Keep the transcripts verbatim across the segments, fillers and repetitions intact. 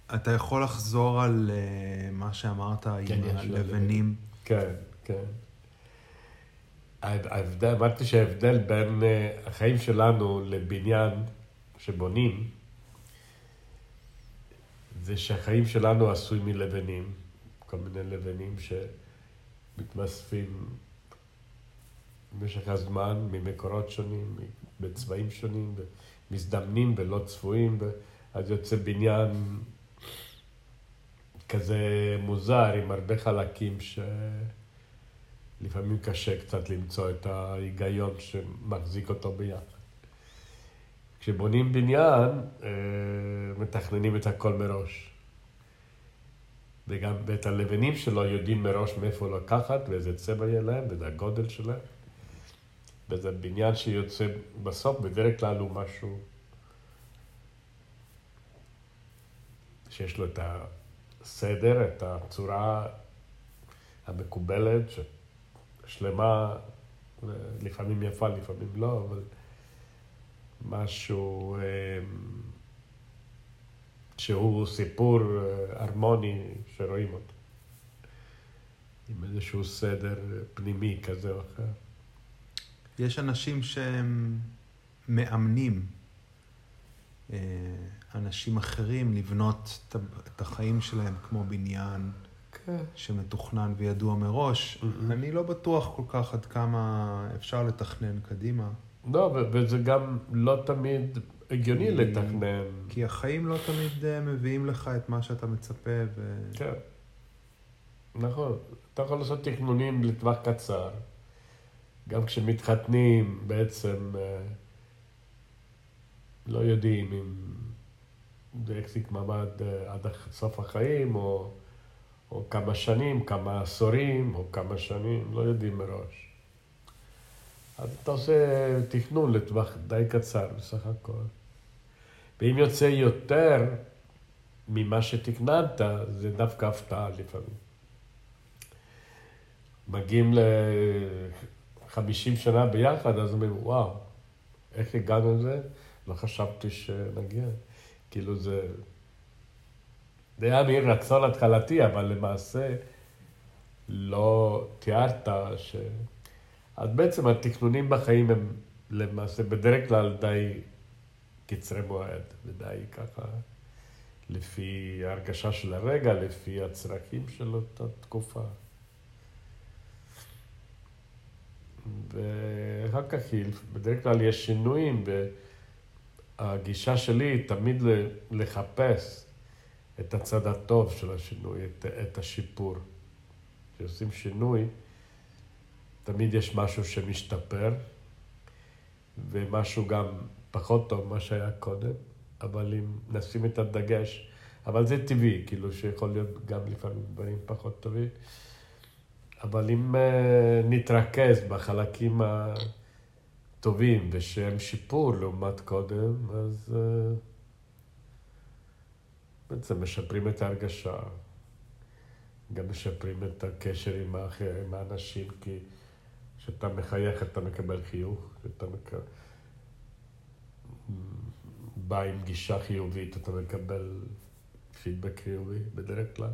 אתה יכול לחזור על uh, מה שאמרת כן, עם יש הלבנים? כן, כן. ההבדל, אמרתי שההבדל בין uh, החיים שלנו לבניין שבונים, זה שהחיים שלנו עשוי מלבנים, כל מיני לבנים שמתמספים במשך הזמן, ממקורות שונים, בצבעים שונים, מזדמנים ולא צפויים, אז יוצא בניין כזה מוזר, עם הרבה חלקים שלפעמים קשה קצת למצוא את ההיגיון שמחזיק אותו ביחד. כשבונים בניין, מתכננים את הכל מראש. וגם את הלבנים שלו יודעים מראש מאיפה לקחת, ואיזה צבע יהיה להם, וזה הגודל שלהם. וזה בניין שיוצא בסוף, בדרך כלל הוא משהו שיש לו את הסדר, את הצורה המקובלת, שלמה, לפעמים יפה, לפעמים לא, אבל משהו שהוא סיפור הרמוני שרואים אותו, עם איזשהו סדר פנימי כזה או אחר. יש אנשים שהם מאמנים אנשים אחרים לבנות את החיים שלהם כמו בניין כן. שמתוכנן וידוע מראש. Mm-hmm. אני לא בטוח כל כך עד כמה אפשר לתכנן קדימה. לא, וזה גם לא תמיד הגיוני כי... לתכנן. כי החיים לא תמיד מביאים לך את מה שאתה מצפה. ו... כן, נכון. אתה יכול לעשות תכנונים לטווח קצר. גם כשמתחתנים בעצם לא יודעים אם זה יחזיק מעמד עד סוף החיים, או, או כמה שנים, כמה עשורים, או כמה שנים, לא יודעים מראש. אז אתה עושה תכנון לטווח די קצר בסך הכל. ואם יוצא יותר ממה שתכננת, זה דווקא הפתעה לפעמים. מגיעים ל-חמישים שנה ביחד, אז אומרים, וואו, איך הגענו לזה? לא חשבתי שנגיע. כאילו זה... זה היה מין רצון התחלתי, אבל למעשה לא תיארת ש... אז בעצם התכנונים בחיים הם למעשה בדרך כלל די קצרי מועד, ודי ככה לפי ההרגשה של הרגע, לפי הצרכים של אותה תקופה. ואחר כך בדרך כלל יש שינויים, והגישה שלי היא תמיד לחפש את הצד הטוב של השינוי, את, את השיפור. כשעושים שינוי, תמיד יש משהו שמשתפר, ומשהו גם פחות טוב מה שהיה קודם, אבל אם נשים את הדגש, אבל זה טבעי, כאילו שיכול להיות גם לפעמים דברים פחות טובים, אבל אם uh, נתרכז בחלקים הטובים ושהם שיפור לעומת קודם, אז uh, בעצם משפרים את ההרגשה, גם משפרים את הקשר עם, האחר, עם האנשים, כי כשאתה מחייך אתה מקבל חיוך, כשאתה מקבל... בא עם גישה חיובית, אתה מקבל פידבק חיובי בדרך כלל.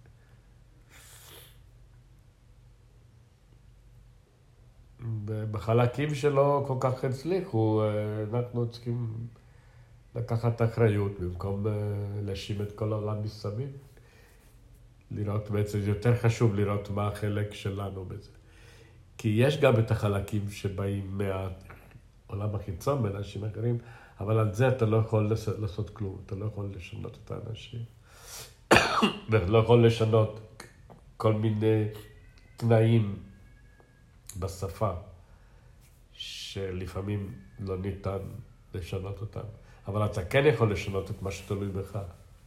בחלקים שלו כל כך הצליחו, אנחנו צריכים לקחת אחריות במקום להאשים את כל העולם מסביב. לראות בעצם, זה יותר חשוב לראות מה החלק שלנו בזה. כי יש גם את החלקים שבאים מהעולם החיצון מאנשים אחרים, אבל על זה אתה לא יכול לעשות כלום, אתה לא יכול לשנות את האנשים. ואתה לא יכול לשנות כל מיני תנאים בשפה, שלפעמים לא ניתן לשנות אותם. אבל אתה כן יכול לשנות את מה שתלוי בך.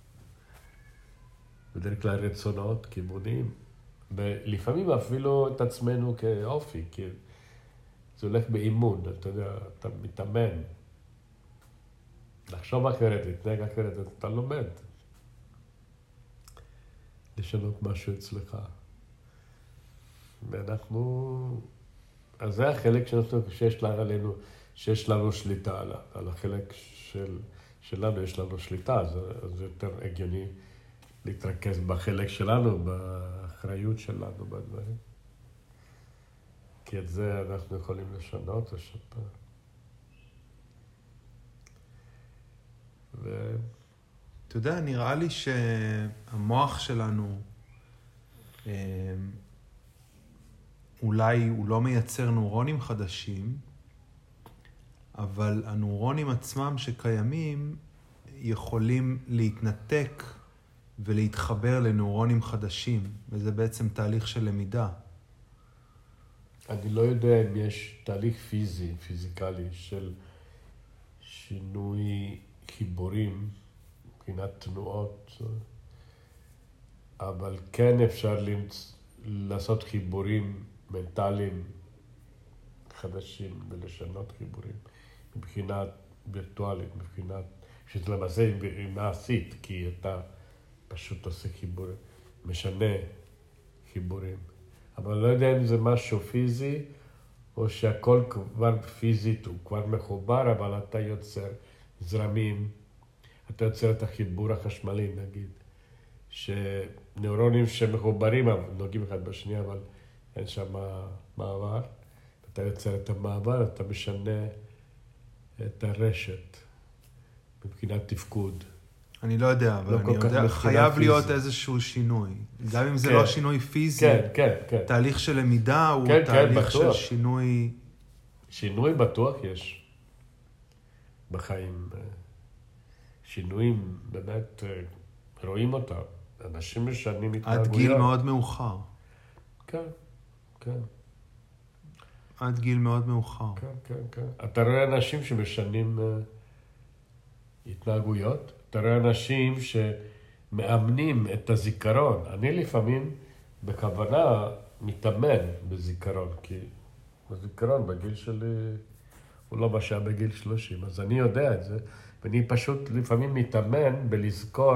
בדרך כלל רצונות, כיוונים, ולפעמים אפילו את עצמנו כאופי, כי זה הולך באימון, אתה יודע, אתה מתאמן. לחשוב אחרת, להתנהג אחרת, אתה לומד. לשנות משהו אצלך. ואנחנו... אז זה החלק שאנחנו, שיש לנו, שיש לנו שליטה עליו, על החלק של, שלנו יש לנו שליטה, אז זה יותר הגיוני להתרכז בחלק שלנו, באחריות שלנו, בדברים. כי את זה אנחנו יכולים לשנות, לשפר. ו... אתה יודע, נראה לי שהמוח שלנו, אולי הוא לא מייצר נוירונים חדשים, אבל הנוירונים עצמם שקיימים יכולים להתנתק ולהתחבר לנוירונים חדשים, וזה בעצם תהליך של למידה. אני לא יודע אם יש תהליך פיזי, פיזיקלי, של שינוי חיבורים מבחינת תנועות, אבל כן אפשר למצ... לעשות חיבורים מנטליים חדשים ולשנות חיבורים מבחינת וירטואלית, מבחינת שזה למעשה מעשית, כי אתה פשוט עושה חיבורים, משנה חיבורים. אבל לא יודע אם זה משהו פיזי, או שהכל כבר פיזית, הוא כבר מחובר, אבל אתה יוצר זרמים, אתה יוצר את החיבור החשמלי, נגיד, שנוירונים שמחוברים, נוגעים אחד בשני, אבל אין שם מעבר. אתה יוצר את המעבר, אתה משנה את הרשת מבחינת תפקוד. אני לא יודע, אבל לא אני יודע, חייב פיזי. להיות איזשהו שינוי. גם אם זה כן. לא שינוי פיזי, כן, כן, כן. תהליך של למידה הוא כן, תהליך כן, של שינוי... שינוי בטוח יש בחיים. שינויים באמת רואים אותם. אנשים משנים התנהגויות. עד גיל מאוד מאוחר. כן, כן. עד גיל מאוד מאוחר. כן, כן, כן. אתה רואה אנשים שמשנים uh, התנהגויות, אתה רואה אנשים שמאמנים את הזיכרון. אני לפעמים בכוונה מתאמן בזיכרון, כי הזיכרון בגיל שלי הוא לא מה שהיה בגיל שלושים, אז אני יודע את זה, ואני פשוט לפעמים מתאמן בלזכור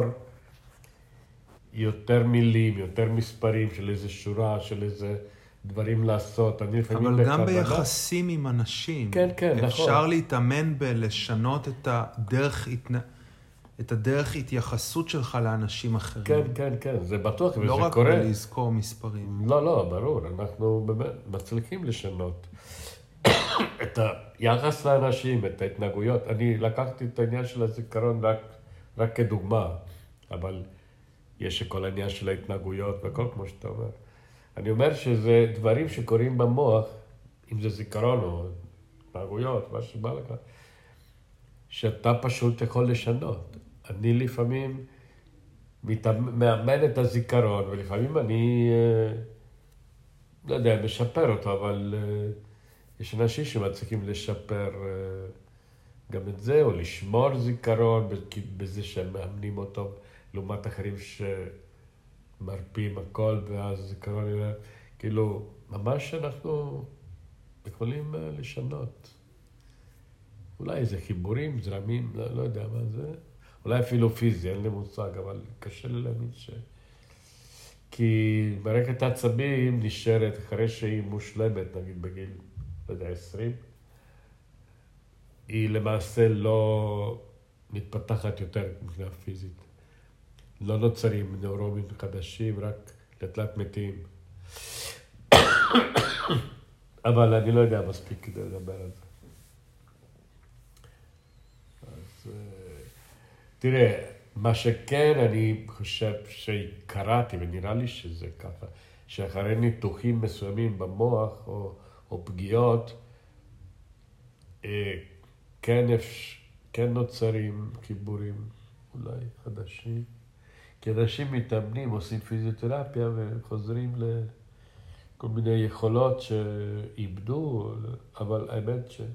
יותר מילים, יותר מספרים של איזה שורה, של איזה דברים לעשות. אני לפעמים אבל בכוונה... גם ביחסים עם אנשים. כן, כן, נכון. אפשר להתאמן בלשנות את הדרך, את הדרך התייחסות שלך לאנשים אחרים. כן, כן, כן, זה בטוח, וזה לא קורה. לא רק בלזכור מספרים. לא, לא, ברור, אנחנו באמת מצליחים לשנות את היחס לאנשים, את ההתנהגויות. אני לקחתי את העניין של הזיכרון רק, רק כדוגמה, אבל יש כל העניין של ההתנהגויות והכל כמו שאתה אומר. אני אומר שזה דברים שקורים במוח, אם זה זיכרון או התנהגויות, מה שבא לך, שאתה פשוט יכול לשנות. אני לפעמים מאמן את הזיכרון, ולפעמים אני, לא יודע, משפר אותו, אבל יש אנשים שמצליחים לשפר גם את זה, או לשמור זיכרון בזה שהם מאמנים אותו, לעומת אחרים שמרפים הכל, ואז זיכרון נראה, כאילו, ממש אנחנו יכולים לשנות. אולי איזה חיבורים, זרמים, לא, לא יודע מה זה. אולי אפילו פיזי, אין לי מושג, אבל קשה לי להאמין ש... כי מערכת העצבים נשארת אחרי שהיא מושלמת, נגיד בגיל, לא יודע, עשרים, היא למעשה לא מתפתחת יותר מבחינה פיזית. לא נוצרים נוירונים חדשים, רק לתלת מתים. אבל אני לא יודע מספיק כדי לדבר על זה. אז תראה, מה שכן אני חושב שקראתי, ונראה לי שזה ככה, שאחרי ניתוחים מסוימים במוח או, או פגיעות, כן, כן נוצרים חיבורים אולי חדשים. כי אנשים מתאמנים, עושים פיזיותרפיה וחוזרים לכל מיני יכולות שאיבדו, אבל האמת ש...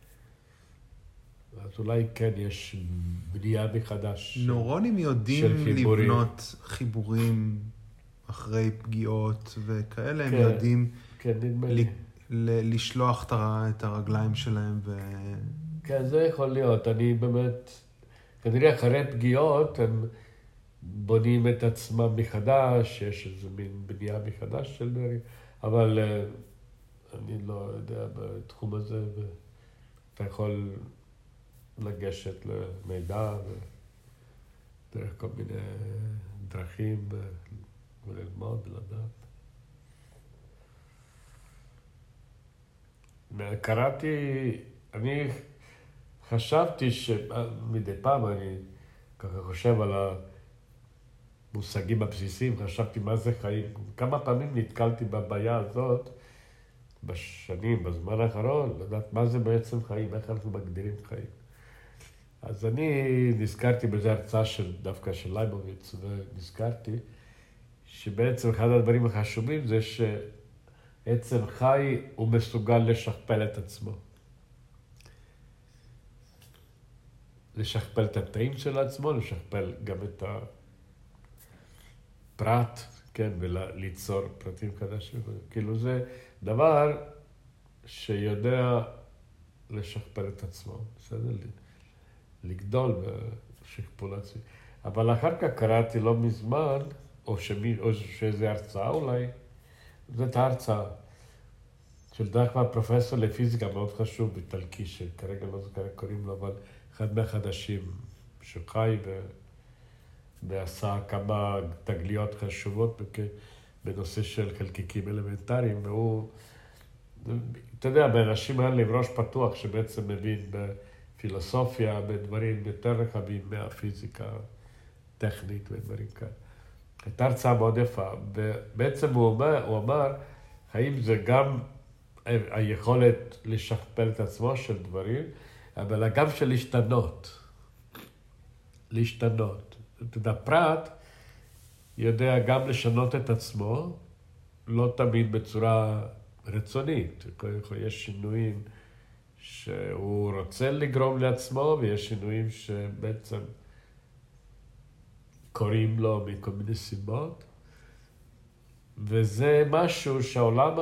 אז אולי כן יש בנייה מחדש. נוירונים יודעים לבנות חיבורים אחרי פגיעות וכאלה, כן, הם יודעים כן, ל- ל- לשלוח את הרגליים שלהם ו... כן, זה יכול להיות. אני באמת, כנראה אחרי פגיעות הם בונים את עצמם מחדש, יש איזה מין בנייה מחדש של דברים, אבל אני לא יודע בתחום הזה, ואתה יכול לגשת למידע ודרך כל מיני דרכים וללמוד ולדעת. קראתי, אני חשבתי שמדי פעם אני ככה חושב על המושגים הבסיסיים, חשבתי מה זה חיים. כמה פעמים נתקלתי בבעיה הזאת בשנים, בזמן האחרון, לדעת מה זה בעצם חיים, איך אנחנו מגדירים חיים. אז אני נזכרתי בזה הרצאה של, דווקא של לייבוביץ, ונזכרתי שבעצם אחד הדברים החשובים זה שעצם חי הוא מסוגל לשכפל את עצמו. לשכפל את התאים של עצמו, לשכפל גם את הפרט, כן, וליצור פרטים חדשים. כאילו זה דבר שיודע לשכפל את עצמו, בסדר? לגדול בשכפול עצמי. אבל אחר כך קראתי לא מזמן, או, שמי, או שאיזו הרצאה אולי, זאת ההרצאה של דרך כלל פרופסור לפיזיקה מאוד חשוב איטלקי, שכרגע לא זוכר קוראים לו, אבל אחד מהחדשים שחי ו... ועשה כמה תגליות חשובות בנושא של חלקיקים אלמנטריים, והוא, אתה יודע, באנשים האלה עם ראש פתוח שבעצם מבין בפילוסופיה, בדברים יותר רחבים מהפיזיקה טכנית ודברים כאלה. הייתה הרצאה מאוד יפה, ובעצם הוא אומר, הוא אמר, האם זה גם היכולת לשכפל את עצמו של דברים, אבל גם של להשתנות. להשתנות. אתה יודע, פרט יודע גם לשנות את עצמו, לא תמיד בצורה רצונית. יש שינויים שהוא רוצה לגרום לעצמו, ויש שינויים שבעצם קוראים לו מכל מיני סיבות. וזה משהו שהעולם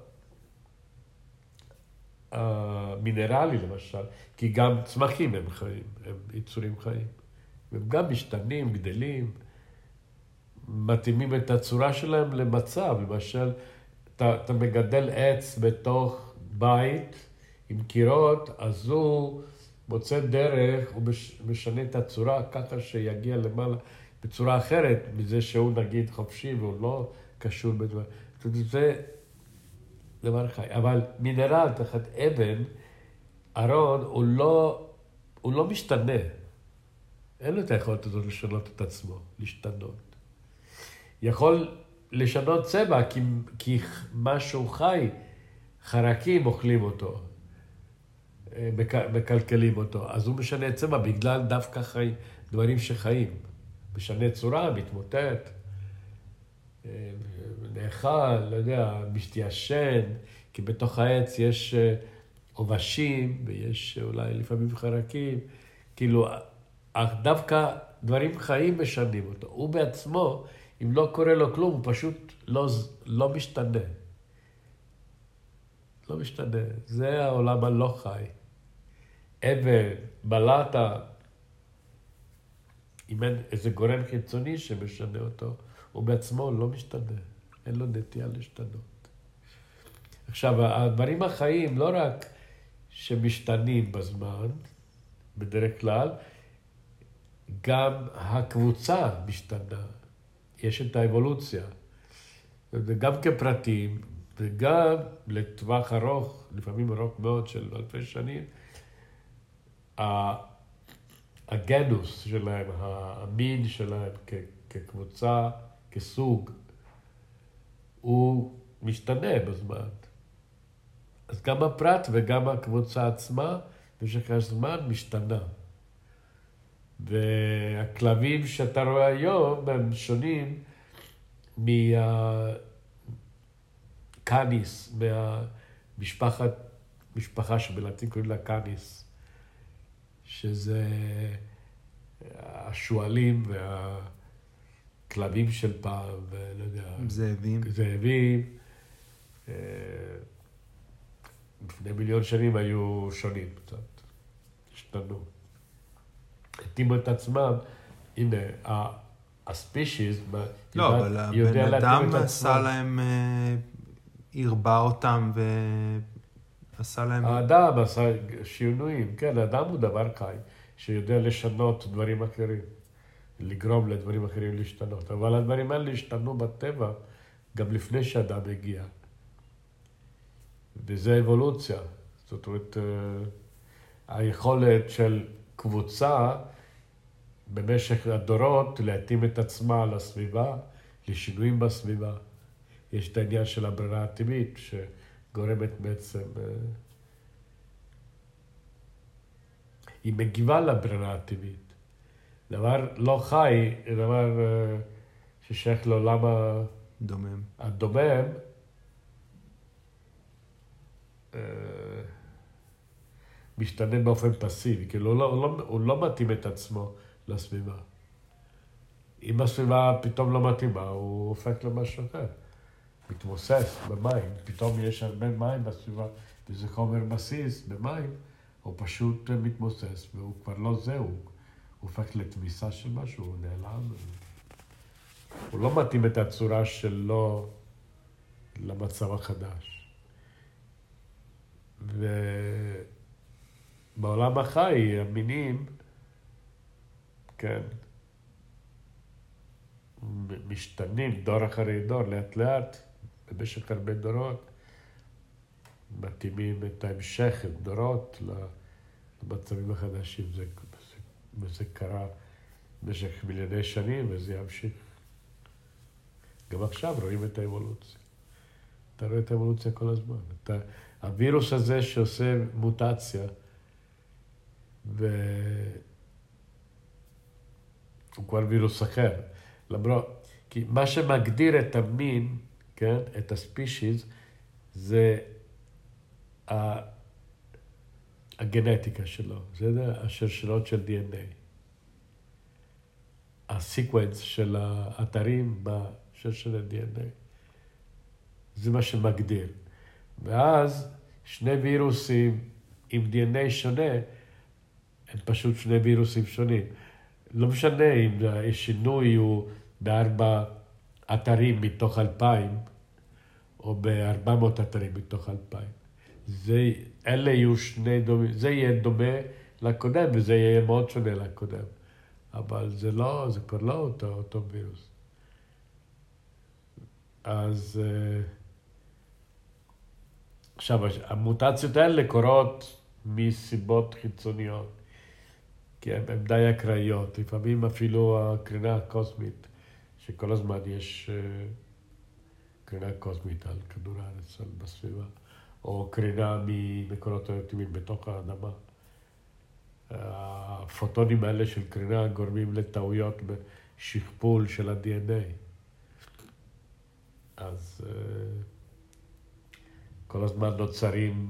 המינרלי למשל, כי גם צמחים הם חיים, הם יצורים חיים. והם גם משתנים, גדלים, מתאימים את הצורה שלהם למצב. למשל, אתה, אתה מגדל עץ בתוך בית עם קירות, אז הוא מוצא דרך, הוא משנה את הצורה ככה שיגיע למעלה בצורה אחרת, מזה שהוא נגיד חופשי והוא לא קשור בדבר. זה דבר חי. אבל מינרל תחת אבן, ארון, הוא לא, הוא לא משתנה. אין לו את היכולת הזאת לשנות את עצמו, להשתנות. יכול לשנות צבע, כי, כי משהו חי, חרקים אוכלים אותו, מקלקלים אותו. אז הוא משנה צבע בגלל דווקא חי, דברים שחיים. משנה צורה, מתמוטט, נאכל, לא יודע, משתיישן, כי בתוך העץ יש עובשים, ויש אולי לפעמים חרקים, כאילו, דווקא דברים חיים משנים אותו. הוא בעצמו, אם לא קורה לו כלום, הוא פשוט לא, לא משתנה. לא משתנה. זה העולם הלא חי. אבן, בלטה, אם אין איזה גורם חיצוני שמשנה אותו, הוא בעצמו לא משתנה. אין לו נטייה להשתנות. עכשיו, הדברים החיים לא רק שמשתנים בזמן, בדרך כלל, גם הקבוצה משתנה. יש את האבולוציה. וגם כפרטים, וגם לטווח ארוך, לפעמים ארוך מאוד של אלפי שנים, הגנוס שלהם, המין שלהם כקבוצה, כסוג, הוא משתנה בזמן. אז גם הפרט וגם הקבוצה עצמה, במשך הזמן משתנה. והכלבים שאתה רואה היום הם שונים מהקאניס, מהמשפחת, משפחה שבלטין קוראים לה קאניס, שזה השואלים והכלבים של פעם, ולא יודע... זאבים. זאבים. לפני מיליון שנים היו שונים קצת, השתנו. התאימו את עצמם, הנה, הספישיז, לא, אבל הבן אדם עשה להם, הרבה אותם, עשה להם... האדם עשה שינויים, כן, האדם הוא דבר חי, שיודע לשנות דברים אחרים, לגרום לדברים אחרים להשתנות. אבל הדברים האלה השתנו בטבע גם לפני שאדם הגיע. וזה אבולוציה. זאת אומרת, היכולת של קבוצה במשך הדורות להתאים את עצמה לסביבה, לשינויים בסביבה. יש את העניין של הברירה הטבעית, שגורמת בעצם... היא מגיבה לברירה הטבעית. דבר לא חי, דבר ששייך לעולם דומם. הדומם, משתנה באופן פסיבי, כאילו הוא לא, הוא לא, הוא לא מתאים את עצמו לסביבה. אם הסביבה פתאום לא מתאימה, הוא הופך למשהו אחר. מתמוסס במים, פתאום יש הרבה מים בסביבה, וזה חומר בסיס במים, הוא פשוט מתמוסס, והוא כבר לא זה, הוא הופך לתמיסה של משהו, הוא נעלם. הוא לא מתאים את הצורה שלו למצב החדש. ובעולם החי, המינים, כן, משתנים דור אחרי דור, לאט לאט, במשך הרבה דורות, מתאימים את ההמשך, את דורות, למצבים החדשים. זה, זה, זה קרה במשך מיליוני שנים, וזה ימשיך. גם עכשיו רואים את האבולוציה. אתה רואה את האבולוציה כל הזמן. אתה, הווירוס הזה שעושה מוטציה, והוא כבר וירוס אחר. למרות, כי מה שמגדיר את המין, כן, את הספישיז, זה הגנטיקה שלו. זה השרשרות של די אן איי. הסיקוונס של האתרים בשרשרת די אן איי. זה מה שמגדיר. ואז שני וירוסים עם די אן איי שונה, הם פשוט שני וירוסים שונים. לא משנה אם השינוי הוא בארבע אתרים מתוך אלפיים, או בארבע מאות אתרים מתוך אלפיים. זה, אלה יהיו שני דומים, זה יהיה דומה לקודם, וזה יהיה מאוד שונה לקודם. אבל זה לא, זה כבר לא אותו, אותו וירוס. אז עכשיו, המוטציות האלה קורות מסיבות חיצוניות, כי הן די אקראיות. לפעמים אפילו הקרינה הקוסמית, שכל הזמן יש קרינה קוסמית על כדור הארץ, בסביבה, או קרינה ממקורות רדיואקטיביים בתוך האדמה. הפוטונים האלה של קרינה גורמים לטעויות בשכפול של ה-די אן איי. אז כל הזמן נוצרים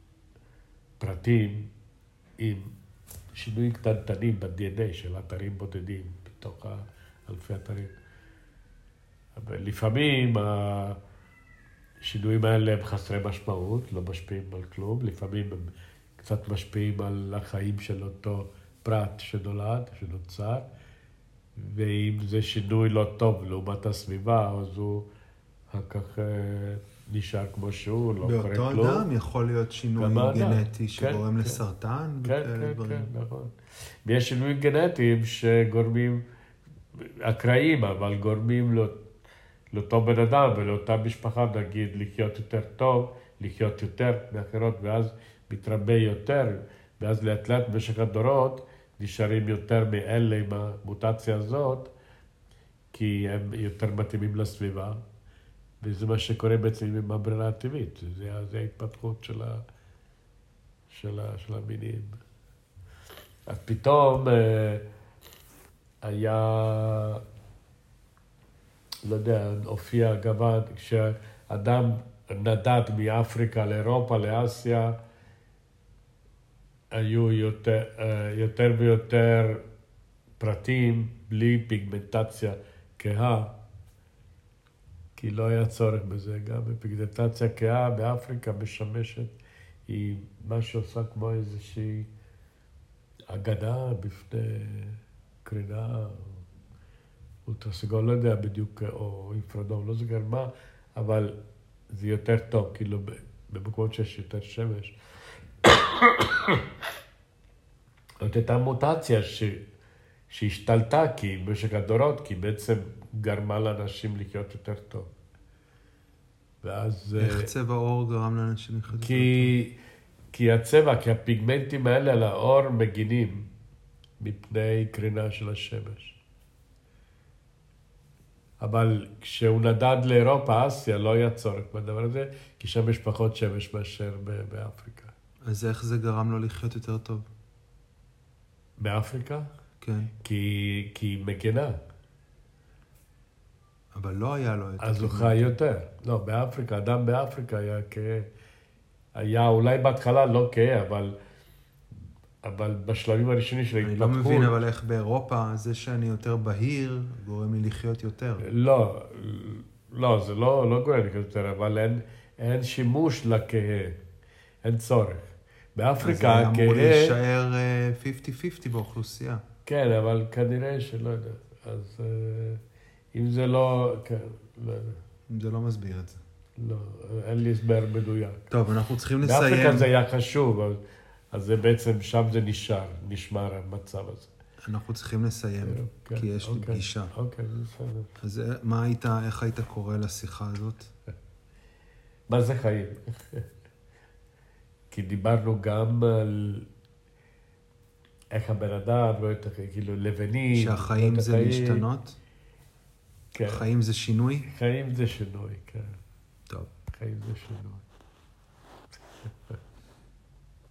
פרטים עם שינויים קטנטנים ב-די אן איי של אתרים בודדים בתוך אלפי אתרים. אבל לפעמים השינויים האלה הם חסרי משמעות, לא משפיעים על כלום. לפעמים הם קצת משפיעים על החיים של אותו פרט שנולד, שנוצר. ואם זה שינוי לא טוב לעומת הסביבה, אז הוא אחר כך נשאר כמו שהוא, לא קורה כלום. באותו אדם יכול להיות שינוי גנטי שגורם כן, לסרטן כן, וכאלה כן, דברים. כן, נכון. ויש שינויים גנטיים שגורמים, אקראיים, אבל גורמים לא, לאותו בן אדם ולאותה משפחה, נגיד, לחיות יותר טוב, לחיות יותר מאחרות, ואז מתרבה יותר, ואז לאט לאט במשך הדורות נשארים יותר מאלה עם המוטציה הזאת, כי הם יותר מתאימים לסביבה. וזה מה שקורה בעצם עם הברירה הטבעית. זה, זה ההתפתחות של, ה, של, ה, של המינים. אז פתאום אה, היה, לא יודע, הופיע גוון, כשאדם נדד מאפריקה לאירופה, לאסיה, היו יותר, אה, יותר ויותר פרטים בלי פיגמנטציה כהה, כי לא היה צורך בזה. גם בפיגמנטציה כהה באפריקה משמשת, היא מה שעושה כמו איזושהי אגדה בפני קרינה, אולטרסגול, לא יודע בדיוק, או אינפרדום, לא זוכר מה, אבל זה יותר טוב, כאילו במקומות שיש יותר שמש. זאת הייתה מוטציה ש... שהשתלטה כי במשך הדורות, כי בעצם גרמה לאנשים לחיות יותר טוב. ואז... איך צבע עור גרם לאנשים לחיות יותר טוב? כי... כי הצבע, כי הפיגמנטים האלה על האור מגינים מפני קרינה של השמש. אבל כשהוא נדד לאירופה, אסיה, לא היה צורך בדבר הזה, כי שם יש פחות שמש מאשר באפריקה. אז איך זה גרם לו לחיות יותר טוב? באפריקה? כן. כי, כי היא מגנה. אבל לא היה לו את... אז הוא חי יותר. לא, באפריקה, אדם באפריקה היה כהה. היה אולי בהתחלה לא כהה, אבל, אבל בשלבים הראשונים של ההתפתחות... אני לא מבין, אבל איך באירופה, זה שאני יותר בהיר, גורם לי לחיות יותר. לא, לא, זה לא, לא גורם לי לחיות יותר, אבל אין, אין שימוש לכהה. אין צורך. באפריקה, אז זה אמור להישאר חמישים חמישים באוכלוסייה. כן, אבל כנראה שלא יודע. אז אם זה לא... כן, לא יודע. אם זה לא מסביר את זה. לא, אין לי הסבר מדויק. טוב, אנחנו צריכים לסיים. באפריקה זה היה חשוב, אז, אז זה בעצם, שם זה נשאר, נשמר המצב הזה. אנחנו צריכים לסיים, אוקיי, כי יש לי אוקיי, פגישה. אוקיי, בסדר. אז מה היית, איך היית קורא לשיחה הזאת? מה זה חיים? כי דיברנו גם על איך הבן אדם רואה את החיים, כאילו לבנים. שהחיים זה להשתנות? כן. חיים זה שינוי? חיים זה שינוי, כן. טוב. חיים זה שינוי.